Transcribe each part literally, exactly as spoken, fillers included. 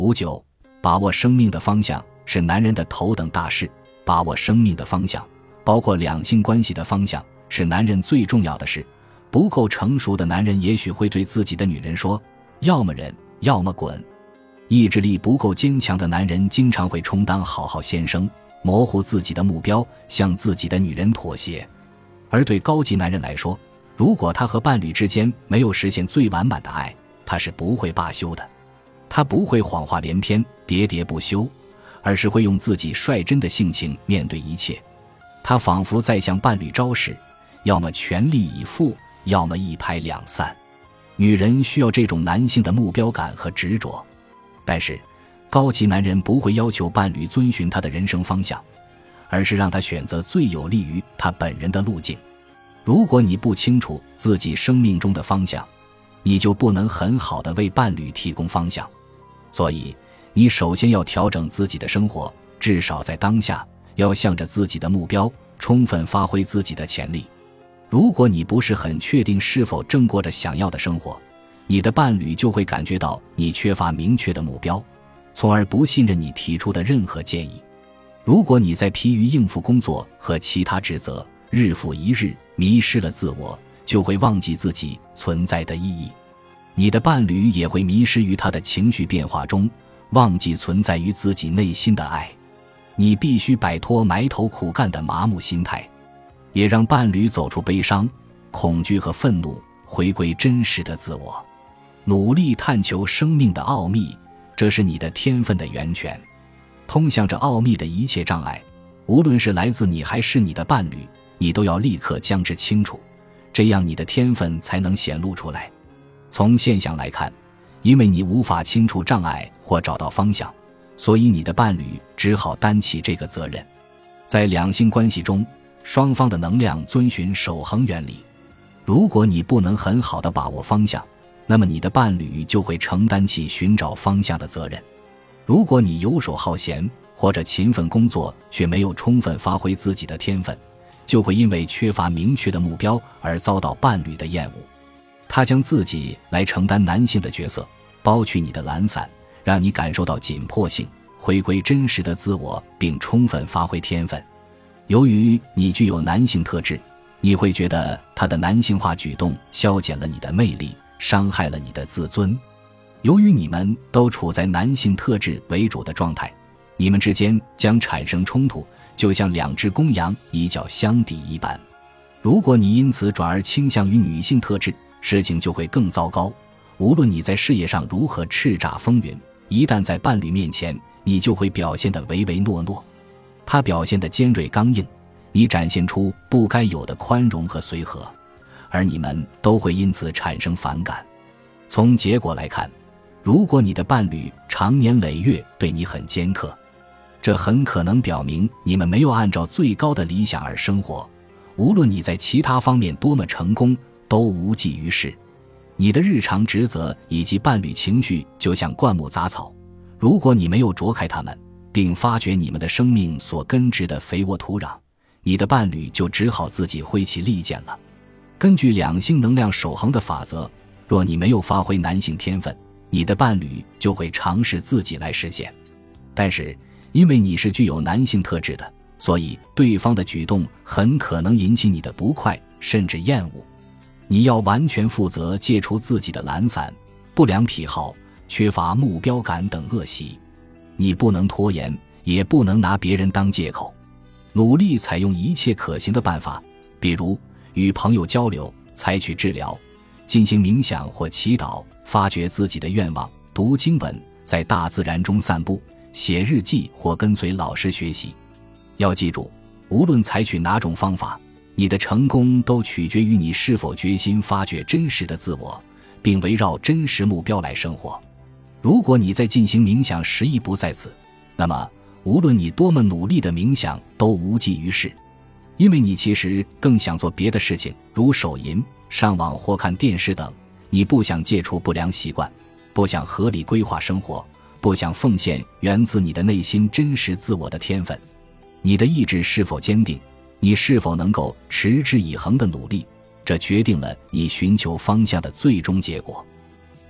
五九，把握生命的方向是男人的头等大事。把握生命的方向，包括两性关系的方向，是男人最重要的事。不够成熟的男人也许会对自己的女人说，要么忍，要么滚。意志力不够坚强的男人经常会充当好好先生，模糊自己的目标，向自己的女人妥协。而对高级男人来说，如果他和伴侣之间没有实现最完满的爱，他是不会罢休的。他不会谎话连篇，喋喋不休，而是会用自己率真的性情面对一切。他仿佛在向伴侣昭示，要么全力以赴，要么一拍两散。女人需要这种男性的目标感和执着。但是高级男人不会要求伴侣遵循他的人生方向，而是让他选择最有利于他本人的路径。如果你不清楚自己生命中的方向，你就不能很好地为伴侣提供方向。所以你首先要调整自己的生活，至少在当下，要向着自己的目标，充分发挥自己的潜力。如果你不是很确定是否正过着想要的生活，你的伴侣就会感觉到你缺乏明确的目标，从而不信任你提出的任何建议。如果你在疲于应付工作和其他职责，日复一日迷失了自我，就会忘记自己存在的意义。你的伴侣也会迷失于他的情绪变化中，忘记存在于自己内心的爱。你必须摆脱埋头苦干的麻木心态，也让伴侣走出悲伤、恐惧和愤怒，回归真实的自我，努力探求生命的奥秘，这是你的天分的源泉。通向着奥秘的一切障碍，无论是来自你还是你的伴侣，你都要立刻将之清楚，这样你的天分才能显露出来。从现象来看，因为你无法清楚障碍或找到方向，所以你的伴侣只好担起这个责任。在两性关系中，双方的能量遵循守恒原理。如果你不能很好地把握方向，那么你的伴侣就会承担起寻找方向的责任。如果你游手好闲或者勤奋工作，却没有充分发挥自己的天分，就会因为缺乏明确的目标而遭到伴侣的厌恶。他将自己来承担男性的角色，剥去你的懒散，让你感受到紧迫性，回归真实的自我，并充分发挥天分。由于你具有男性特质，你会觉得他的男性化举动消减了你的魅力，伤害了你的自尊。由于你们都处在男性特质为主的状态，你们之间将产生冲突，就像两只公羊以较相抵一般。如果你因此转而倾向于女性特质，事情就会更糟糕。无论你在事业上如何叱咤风云，一旦在伴侣面前，你就会表现得唯唯诺诺。他表现得尖锐刚硬，你展现出不该有的宽容和随和，而你们都会因此产生反感。从结果来看，如果你的伴侣长年累月对你很尖刻，这很可能表明你们没有按照最高的理想而生活，无论你在其他方面多么成功，都无济于事。你的日常职责以及伴侣情绪就像灌木杂草，如果你没有啄开它们，并发掘你们的生命所根植的肥沃土壤，你的伴侣就只好自己挥起利剑了。根据两性能量守恒的法则，若你没有发挥男性天分，你的伴侣就会尝试自己来实现。但是因为你是具有男性特质的，所以对方的举动很可能引起你的不快甚至厌恶。你要完全负责戒除自己的懒散、不良癖好、缺乏目标感等恶习。你不能拖延，也不能拿别人当借口。努力采用一切可行的办法，比如与朋友交流、采取治疗、进行冥想或祈祷、发掘自己的愿望、读经文、在大自然中散步、写日记或跟随老师学习。要记住，无论采取哪种方法，你的成功都取决于你是否决心发掘真实的自我，并围绕真实目标来生活。如果你在进行冥想时意不在此，那么无论你多么努力的冥想都无济于事，因为你其实更想做别的事情，如手淫、上网或看电视等。你不想戒除不良习惯，不想合理规划生活，不想奉献源自你的内心真实自我的天分。你的意志是否坚定，你是否能够持之以恒的努力，这决定了你寻求方向的最终结果。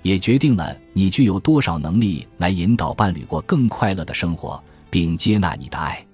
也决定了你具有多少能力来引导伴侣过更快乐的生活，并接纳你的爱。